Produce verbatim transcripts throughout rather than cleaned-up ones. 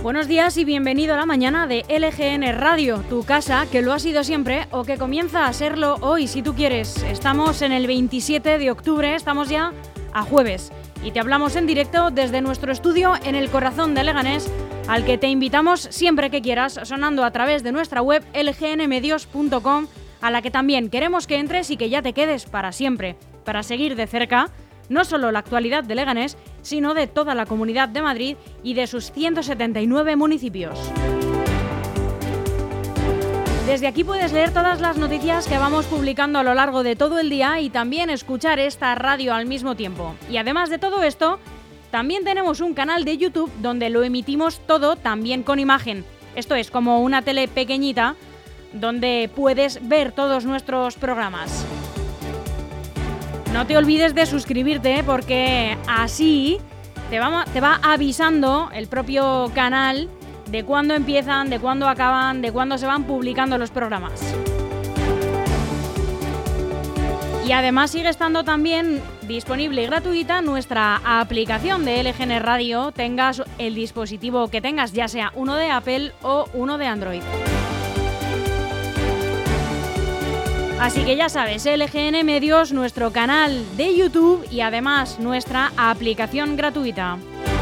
Buenos días y bienvenido a la mañana de L G N Radio, tu casa que lo ha sido siempre o que comienza a serlo hoy si tú quieres. Estamos en el veintisiete de octubre, estamos ya a jueves y te hablamos en directo desde nuestro estudio en el corazón de Leganés, al que te invitamos siempre que quieras, sonando a través de nuestra web l g n medios punto com, a la que también queremos que entres y que ya te quedes para siempre, para seguir de cerca no solo la actualidad de Leganés, sino de toda la Comunidad de Madrid y de sus ciento setenta y nueve municipios. Desde aquí puedes leer todas las noticias que vamos publicando a lo largo de todo el día y también escuchar esta radio al mismo tiempo. Y además de todo esto, también tenemos un canal de YouTube donde lo emitimos todo también con imagen. Esto es como una tele pequeñita donde puedes ver todos nuestros programas. No te olvides de suscribirte porque así te va, te va avisando el propio canal de cuándo empiezan, de cuándo acaban, de cuándo se van publicando los programas. Y además sigue estando también disponible y gratuita nuestra aplicación de L G N Radio, tengas el dispositivo que tengas, ya sea uno de Apple o uno de Android. Así que ya sabes, L G N Medios, nuestro canal de YouTube y además nuestra aplicación gratuita.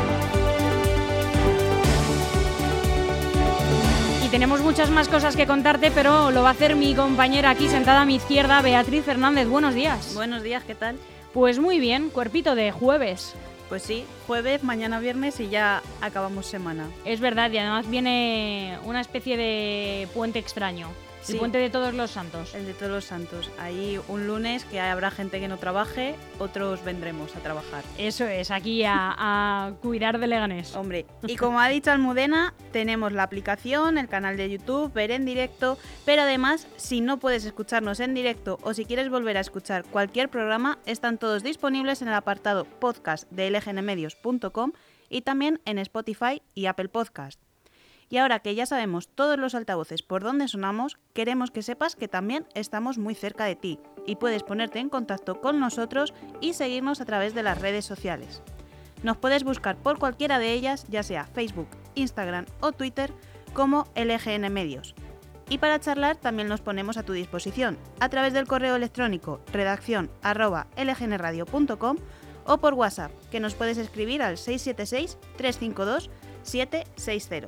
Y tenemos muchas más cosas que contarte, pero lo va a hacer mi compañera aquí sentada a mi izquierda, Beatriz Fernández. Buenos días. Buenos días, ¿qué tal? Pues muy bien, cuerpito de jueves. Pues sí, jueves, mañana viernes y ya acabamos semana. Es verdad, y además viene una especie de puente extraño. El Sí. puente de Todos los Santos. El de Todos los Santos. Ahí un lunes que habrá gente que no trabaje, otros vendremos a trabajar. Eso es, aquí a, a cuidar de Leganés. Hombre, y como ha dicho Almudena, tenemos la aplicación, el canal de YouTube, ver en directo, pero además, si no puedes escucharnos en directo o si quieres volver a escuchar cualquier programa, están todos disponibles en el apartado podcast de l g n medios punto com y también en Spotify y Apple Podcast. Y ahora que ya sabemos todos los altavoces por dónde sonamos, queremos que sepas que también estamos muy cerca de ti y puedes ponerte en contacto con nosotros y seguirnos a través de las redes sociales. Nos puedes buscar por cualquiera de ellas, ya sea Facebook, Instagram o Twitter, como L G N Medios. Y para charlar también nos ponemos a tu disposición a través del correo electrónico redacción arroba l g n radio punto com o por WhatsApp, que nos puedes escribir al seis siete seis, tres cinco dos, siete seis cero.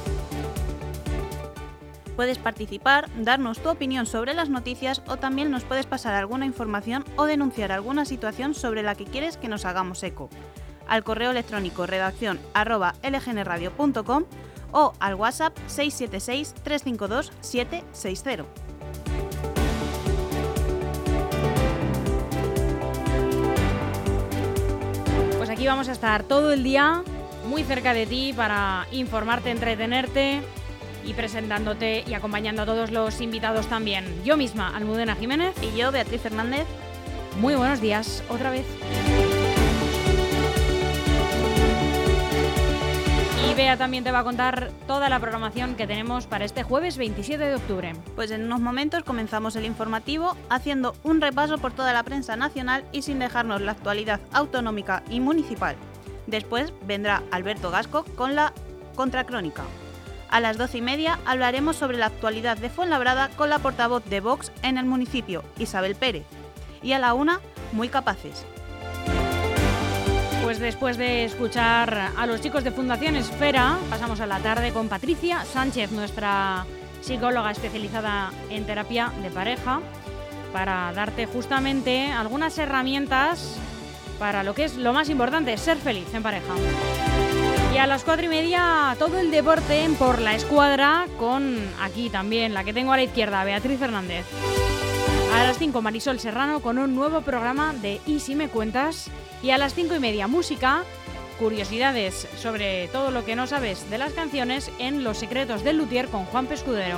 Puedes participar, darnos tu opinión sobre las noticias o también nos puedes pasar alguna información o denunciar alguna situación sobre la que quieres que nos hagamos eco. Al correo electrónico redacción arroba l g n radio punto com o al WhatsApp seis siete seis, tres cinco dos, siete seis cero. Pues aquí vamos a estar todo el día muy cerca de ti para informarte, entretenerte y presentándote y acompañando a todos los invitados también. Yo misma, Almudena Jiménez. Y yo, Beatriz Fernández. Muy buenos días, otra vez. Y Bea también te va a contar toda la programación que tenemos para este jueves veintisiete de octubre. Pues en unos momentos comenzamos el informativo haciendo un repaso por toda la prensa nacional y sin dejarnos la actualidad autonómica y municipal. Después vendrá Alberto Gasco con la contracrónica. A las doce y media hablaremos sobre la actualidad de Fuenlabrada con la portavoz de Vox en el municipio, Isabel Pérez. Y a la una, Muy Capaces. Pues después de escuchar a los chicos de Fundación Esfera, pasamos a la tarde con Patricia Sánchez, nuestra psicóloga especializada en terapia de pareja, para darte justamente algunas herramientas para lo que es lo más importante, ser feliz en pareja. Y a las cuatro y media todo el deporte en Por la Escuadra con aquí también, la que tengo a la izquierda, Beatriz Fernández. A las cinco Marisol Serrano con un nuevo programa de Y si me cuentas. Y a las cinco y media música, curiosidades sobre todo lo que no sabes de las canciones en Los secretos del luthier con Juan Pescudero.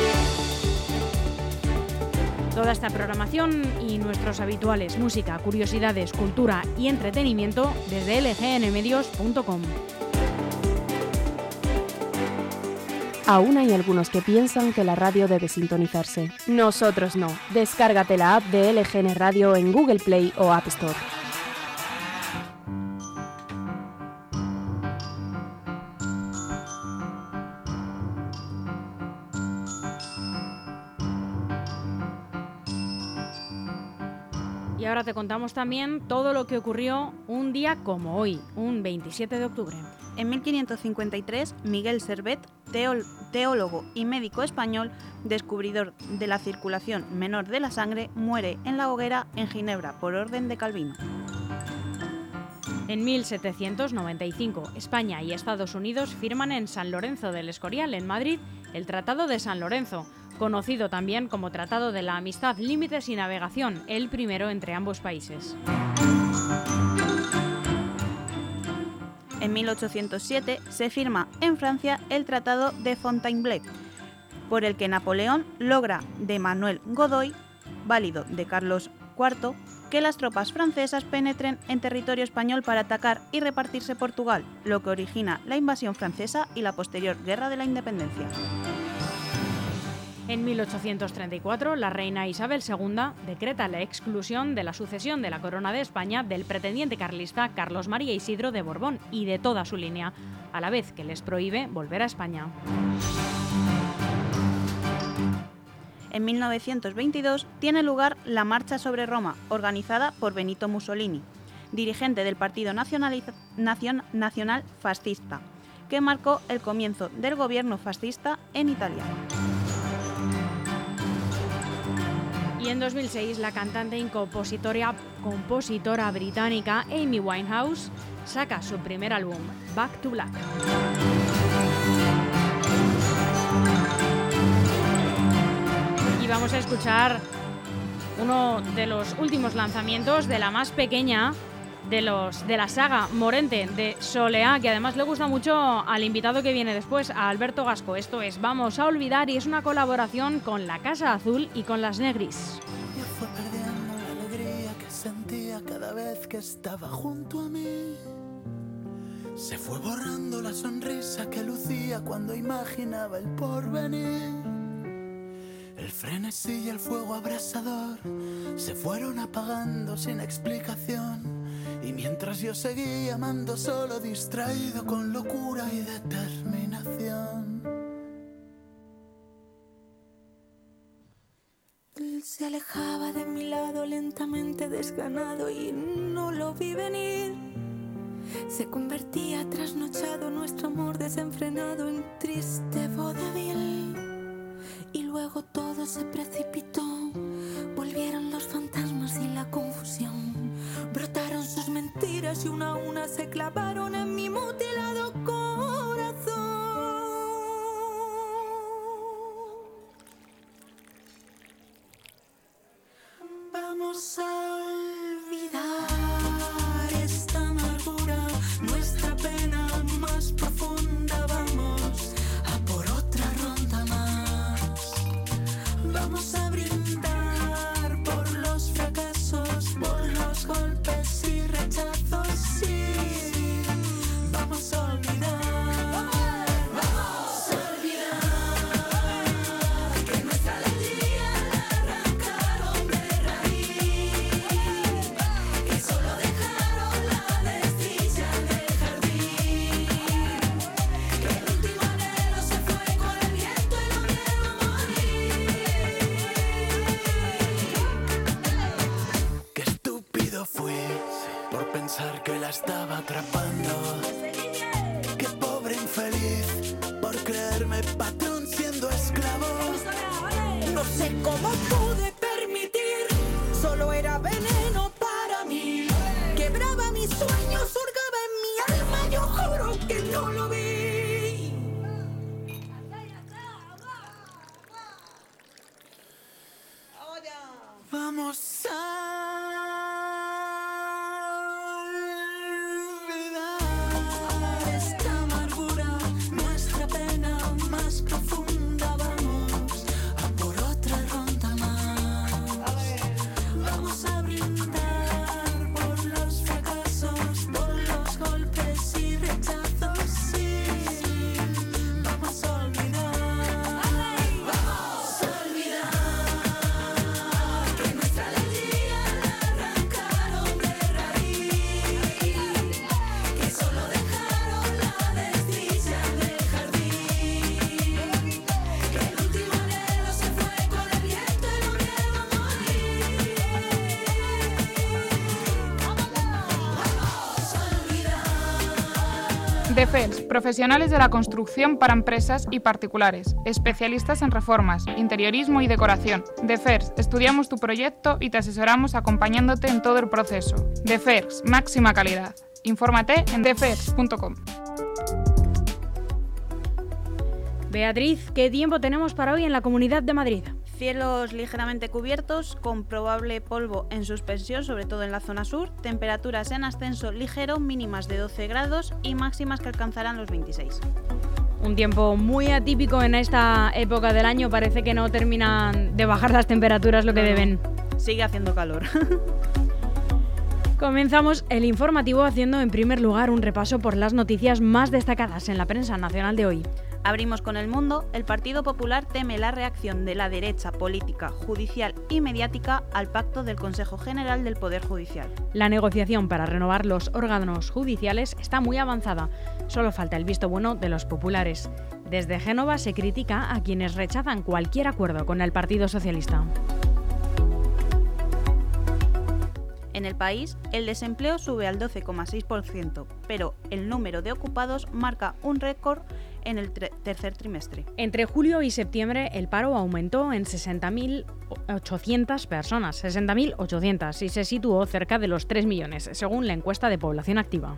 Toda esta programación y nuestros habituales música, curiosidades, cultura y entretenimiento desde l g n medios punto com. Aún hay algunos que piensan que la radio debe sintonizarse. Nosotros no. Descárgate la app de L G N Radio en Google Play o App Store. ahora te contamos también todo lo que ocurrió un día como hoy, un veintisiete de octubre. En mil quinientos cincuenta y tres, Miguel Servet, teol- teólogo y médico español, descubridor de la circulación menor de la sangre, muere en la hoguera en Ginebra por orden de Calvino. En mil setecientos noventa y cinco, España y Estados Unidos firman en San Lorenzo del Escorial, en Madrid, el Tratado de San Lorenzo, conocido también como Tratado de la Amistad, Límites y Navegación, el primero entre ambos países. En mil ochocientos siete se firma en Francia el Tratado de Fontainebleau, por el que Napoleón logra de Manuel Godoy, válido de Carlos cuarto, que las tropas francesas penetren en territorio español para atacar y repartirse Portugal, lo que origina la invasión francesa y la posterior Guerra de la Independencia. En mil ochocientos treinta y cuatro, la reina Isabel segunda decreta la exclusión de la sucesión de la corona de España del pretendiente carlista Carlos María Isidro de Borbón y de toda su línea, a la vez que les prohíbe volver a España. En mil novecientos veintidós tiene lugar la Marcha sobre Roma, organizada por Benito Mussolini, dirigente del Partido Nacionaliza- Nacion- Nacional Fascista, que marcó el comienzo del gobierno fascista en Italia. Y en dos mil seis, la cantante y compositora, compositora británica Amy Winehouse saca su primer álbum, Back to Black. Y vamos a escuchar uno de los últimos lanzamientos de la más pequeña de, los, de la saga Morente, de Soleá, que además le gusta mucho al invitado que viene después, a Alberto Gasco. Esto es Vamos a Olvidar y es una colaboración con La Casa Azul y con Las Negris. Yo fue perdiendo la alegría que sentía cada vez que estaba junto a mí. Se fue borrando la sonrisa que lucía cuando imaginaba el porvenir. El frenesí y el fuego abrasador se fueron apagando sin explicación. Y mientras yo seguía amando solo, distraído con locura y determinación. Él se alejaba de mi lado lentamente desganado y no lo vi venir. Se convertía trasnochado nuestro amor desenfrenado en triste vodevil. Y luego todo se precipitó. Volvieron los fantasmas y la confusión. Brotaron sus mentiras y una a una se clavaron en mi mutilado corazón. Vamos a olvidar esta amargura, nuestra pena más profunda. Vamos a por otra ronda más. Vamos a brindar por los fracasos, por los golpes y rechazos, sí. Vamos a olvidar, vamos a olvidar que nuestra alegría la arrancaron de raíz, que solo dejaron la desdicha del jardín, que el último anhelo se fue con el viento y lo vieron morir. Qué estúpido fui por pensar que la estaba atrapando. Qué pobre infeliz por creerme patrón siendo esclavo. No sé cómo pude permitir, solo era veneno para mí. Quebraba mis sueños, hurgaba en mi alma, yo juro que no lo vi. Vamos a olvidar esta amargura, nuestra pena más profunda. Vamos a por otra ronda más. Vamos a brindar por los fracasos, por los golpes y rechazos, sí. Vamos a olvidar, vamos a olvidar que nuestra alegría la arrancaron de raíz, que solo dejaron la desdicha del jardín, DEFERS, profesionales de la construcción para empresas y particulares, especialistas en reformas, interiorismo y decoración. DEFERS, estudiamos tu proyecto y te asesoramos acompañándote en todo el proceso. DEFERS, máxima calidad. Infórmate en defers punto com. Beatriz, ¿qué tiempo tenemos para hoy en la Comunidad de Madrid? Cielos ligeramente cubiertos, con probable polvo en suspensión, sobre todo en la zona sur, temperaturas en ascenso ligero, mínimas de doce grados y máximas que alcanzarán los veintiséis. Un tiempo muy atípico en esta época del año, parece que no terminan de bajar las temperaturas lo que no, deben. Sigue haciendo calor. Comenzamos el informativo haciendo en primer lugar un repaso por las noticias más destacadas en la prensa nacional de hoy. Abrimos con El Mundo. El Partido Popular teme la reacción de la derecha política, judicial y mediática al pacto del Consejo General del Poder Judicial. La negociación para renovar los órganos judiciales está muy avanzada. Solo falta el visto bueno de los populares. Desde Génova se critica a quienes rechazan cualquier acuerdo con el Partido Socialista. En El País, el desempleo sube al doce coma seis por ciento, pero el número de ocupados marca un récord en el tre- tercer trimestre. Entre julio y septiembre el paro aumentó en sesenta mil ochocientas personas, sesenta mil ochocientas, y se situó cerca de los tres millones, según la encuesta de población activa.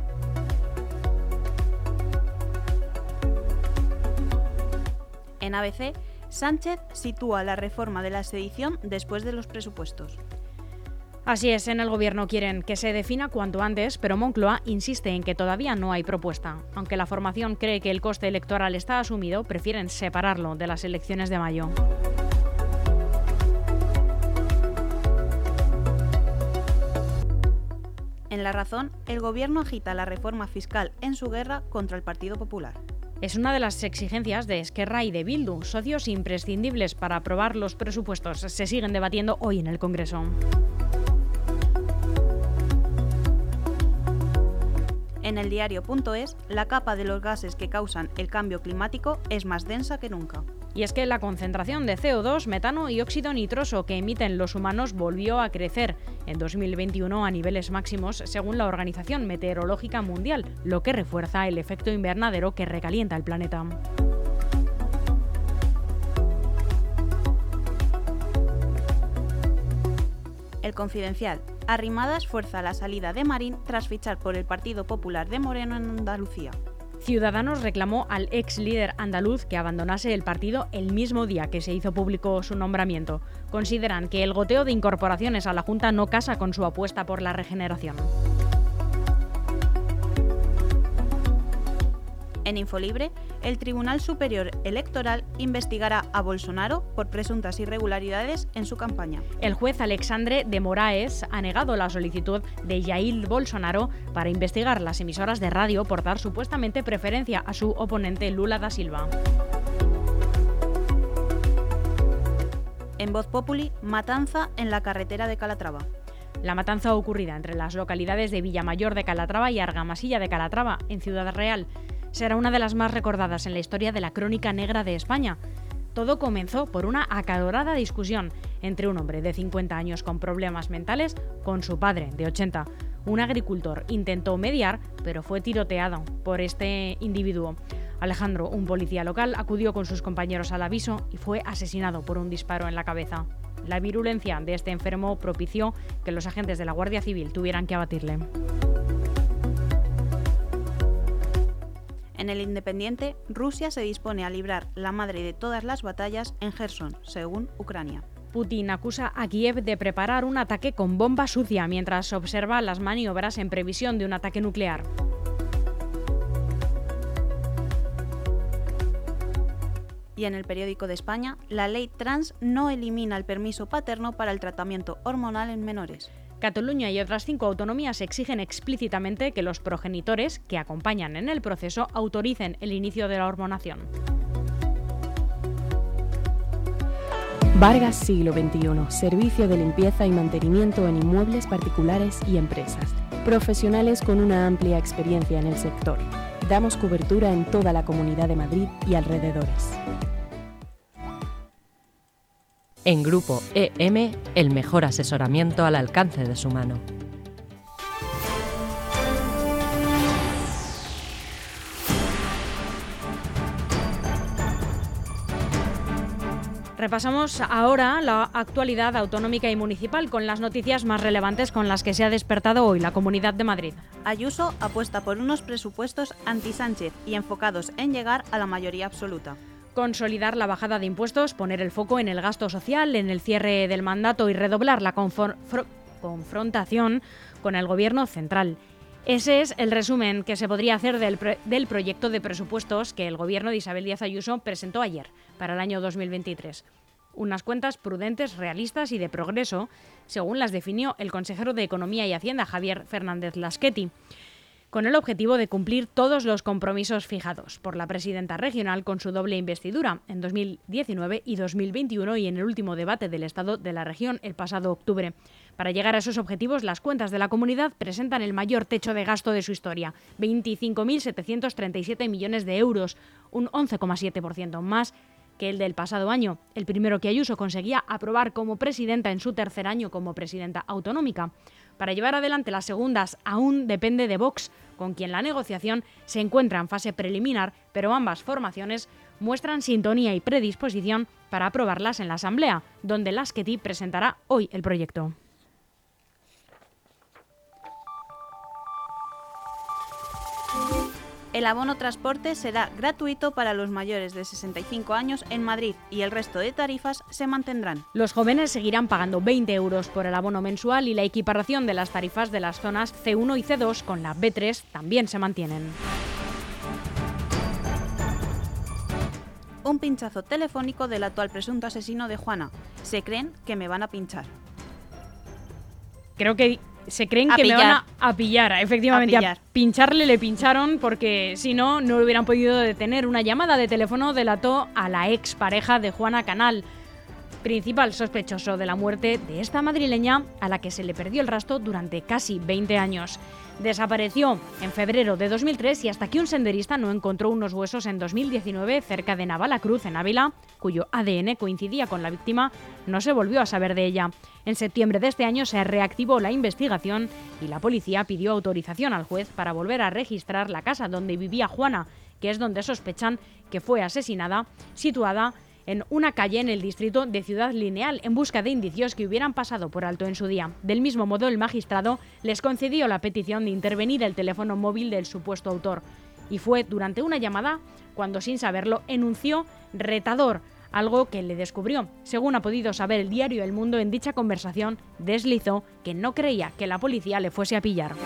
En A B C, Sánchez sitúa la reforma de la sedición después de los presupuestos. Así es, en el Gobierno quieren que se defina cuanto antes, pero Moncloa insiste en que todavía no hay propuesta. Aunque la formación cree que el coste electoral está asumido, prefieren separarlo de las elecciones de mayo. En La Razón, el Gobierno agita la reforma fiscal en su guerra contra el Partido Popular. Es una de las exigencias de Esquerra y de Bildu, socios imprescindibles para aprobar los presupuestos. Se siguen debatiendo hoy en el Congreso. En el diario.es, la capa de los gases que causan el cambio climático es más densa que nunca. Y es que la concentración de C O dos, metano y óxido nitroso que emiten los humanos volvió a crecer en dos mil veintiuno a niveles máximos según la Organización Meteorológica Mundial, lo que refuerza el efecto invernadero que recalienta el planeta. El Confidencial. Arrimadas fuerza la salida de Marín tras fichar por el Partido Popular de Moreno en Andalucía. Ciudadanos reclamó al ex líder andaluz que abandonase el partido el mismo día que se hizo público su nombramiento. Consideran que el goteo de incorporaciones a la Junta no casa con su apuesta por la regeneración. En Infolibre, el Tribunal Superior Electoral investigará a Bolsonaro por presuntas irregularidades en su campaña. El juez Alexandre de Moraes ha negado la solicitud de Jair Bolsonaro para investigar las emisoras de radio por dar supuestamente preferencia a su oponente Lula da Silva. En Voz Populi, matanza en la carretera de Calatrava. La matanza ocurrida entre las localidades de Villamayor de Calatrava y Argamasilla de Calatrava, en Ciudad Real, será una de las más recordadas en la historia de la crónica negra de España. Todo comenzó por una acalorada discusión entre un hombre de cincuenta años con problemas mentales con su padre, de ochenta. Un agricultor intentó mediar, pero fue tiroteado por este individuo. Alejandro, un policía local, acudió con sus compañeros al aviso y fue asesinado por un disparo en la cabeza. La virulencia de este enfermo propició que los agentes de la Guardia Civil tuvieran que abatirle. En el Independiente, Rusia se dispone a librar la madre de todas las batallas en Gerson, según Ucrania. Putin acusa a Kiev de preparar un ataque con bomba sucia mientras observa las maniobras en previsión de un ataque nuclear. Y en el Periódico de España, la ley trans no elimina el permiso paterno para el tratamiento hormonal en menores. Cataluña y otras cinco autonomías exigen explícitamente que los progenitores que acompañan en el proceso autoricen el inicio de la hormonación. Vargas Siglo veintiuno, servicio de limpieza y mantenimiento en inmuebles particulares y empresas. Profesionales con una amplia experiencia en el sector. Damos cobertura en toda la Comunidad de Madrid y alrededores. En Grupo E M, el mejor asesoramiento al alcance de su mano. repasamos ahora la actualidad autonómica y municipal con las noticias más relevantes con las que se ha despertado hoy la Comunidad de Madrid. Ayuso apuesta por unos presupuestos anti-Sánchez y enfocados en llegar a la mayoría absoluta. Consolidar la bajada de impuestos, poner el foco en el gasto social, en el cierre del mandato y redoblar la confor- fro- confrontación con el Gobierno central. Ese es el resumen que se podría hacer del, pro- del proyecto de presupuestos que el Gobierno de Isabel Díaz Ayuso presentó ayer para el año dos mil veintitrés. Unas cuentas prudentes, realistas y de progreso, según las definió el consejero de Economía y Hacienda, Javier Fernández Laschetti, con el objetivo de cumplir todos los compromisos fijados por la presidenta regional con su doble investidura en dos mil diecinueve y dos mil veintiuno y en el último debate del Estado de la región el pasado octubre. Para llegar a esos objetivos, las cuentas de la comunidad presentan el mayor techo de gasto de su historia, veinticinco mil setecientos treinta y siete millones de euros, un once coma siete por ciento más que el del pasado año, el primero que Ayuso conseguía aprobar como presidenta en su tercer año como presidenta autonómica. Para llevar adelante las segundas aún depende de Vox, con quien la negociación se encuentra en fase preliminar, pero ambas formaciones muestran sintonía y predisposición para aprobarlas en la Asamblea, donde Laschetti presentará hoy el proyecto. El abono transporte será gratuito para los mayores de sesenta y cinco años en Madrid y el resto de tarifas se mantendrán. Los jóvenes seguirán pagando veinte euros por el abono mensual y la equiparación de las tarifas de las zonas ce uno y ce dos con la be tres también se mantienen. Un pinchazo telefónico del actual presunto asesino de Juana. Se creen que me van a pinchar. Creo que se creen A que pillar. me van a, a pillar, efectivamente. A pillar. A pincharle le pincharon porque si no, no lo hubieran podido detener. Una llamada de teléfono delató a la expareja de Juana Canal, principal sospechoso de la muerte de esta madrileña a la que se le perdió el rastro durante casi veinte años. Desapareció en febrero de dos mil tres y hasta que un senderista no encontró unos huesos en dos mil diecinueve cerca de Navalacruz, en Ávila, cuyo A D N coincidía con la víctima, no se volvió a saber de ella. En septiembre de este año se reactivó la investigación y la policía pidió autorización al juez para volver a registrar la casa donde vivía Juana, que es donde sospechan que fue asesinada, situada en una calle en el distrito de Ciudad Lineal, en busca de indicios que hubieran pasado por alto en su día. Del mismo modo, el magistrado les concedió la petición de intervenir el teléfono móvil del supuesto autor. Y fue durante una llamada cuando, sin saberlo, enunció retador, algo que le descubrió. Según ha podido saber el diario El Mundo, en dicha conversación deslizó que no creía que la policía le fuese a pillar.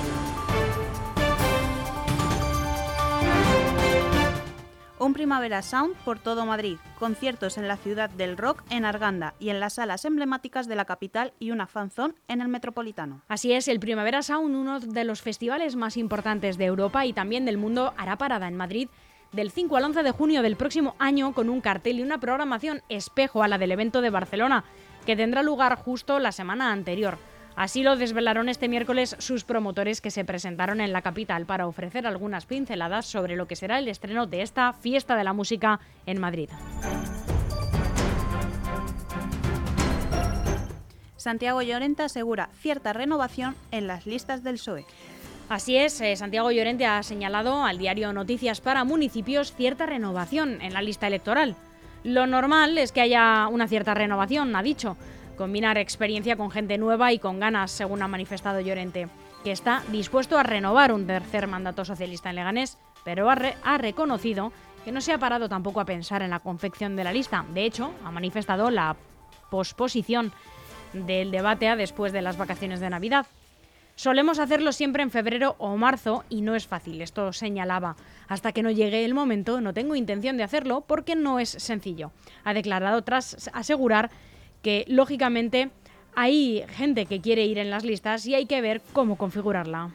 Un Primavera Sound por todo Madrid, conciertos en la Ciudad del Rock en Arganda y en las salas emblemáticas de la capital y una fanzón en el Metropolitano. Así es, el Primavera Sound, uno de los festivales más importantes de Europa y también del mundo, hará parada en Madrid del cinco al once de junio del próximo año con un cartel y una programación espejo a la del evento de Barcelona, que tendrá lugar justo la semana anterior. Así lo desvelaron este miércoles sus promotores, que se presentaron en la capital para ofrecer algunas pinceladas sobre lo que será el estreno de esta fiesta de la música en Madrid. Santiago Llorente asegura cierta renovación en las listas del P S O E. Así es, eh, Santiago Llorente ha señalado al diario Noticias para Municipios cierta renovación en la lista electoral. Lo normal es que haya una cierta renovación, ha dicho. Combinar experiencia con gente nueva y con ganas, según ha manifestado Llorente, que está dispuesto a renovar un tercer mandato socialista en Leganés, pero ha, re- ha reconocido que no se ha parado tampoco a pensar en la confección de la lista. De hecho, ha manifestado la posposición del debate a después de las vacaciones de Navidad. Solemos hacerlo siempre en febrero o marzo y no es fácil, esto señalaba. Hasta que no llegue el momento no tengo intención de hacerlo porque no es sencillo. Ha declarado tras asegurar que, lógicamente, hay gente que quiere ir en las listas y hay que ver cómo configurarla.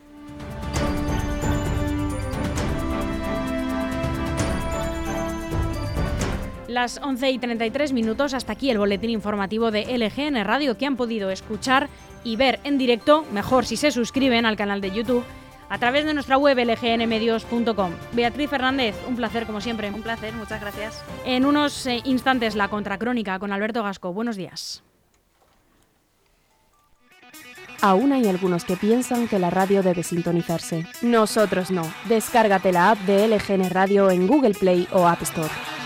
Las once y treinta y tres minutos, hasta aquí el boletín informativo de L G N Radio, que han podido escuchar y ver en directo, mejor si se suscriben al canal de YouTube, a través de nuestra web l g n medios punto com. Beatriz Fernández, un placer como siempre. Un placer, muchas gracias. En unos eh, instantes la contracrónica con Alberto Gasco. Buenos días. Aún hay algunos que piensan que la radio debe sintonizarse. Nosotros no. Descárgate la app de L G N Radio en Google Play o App Store.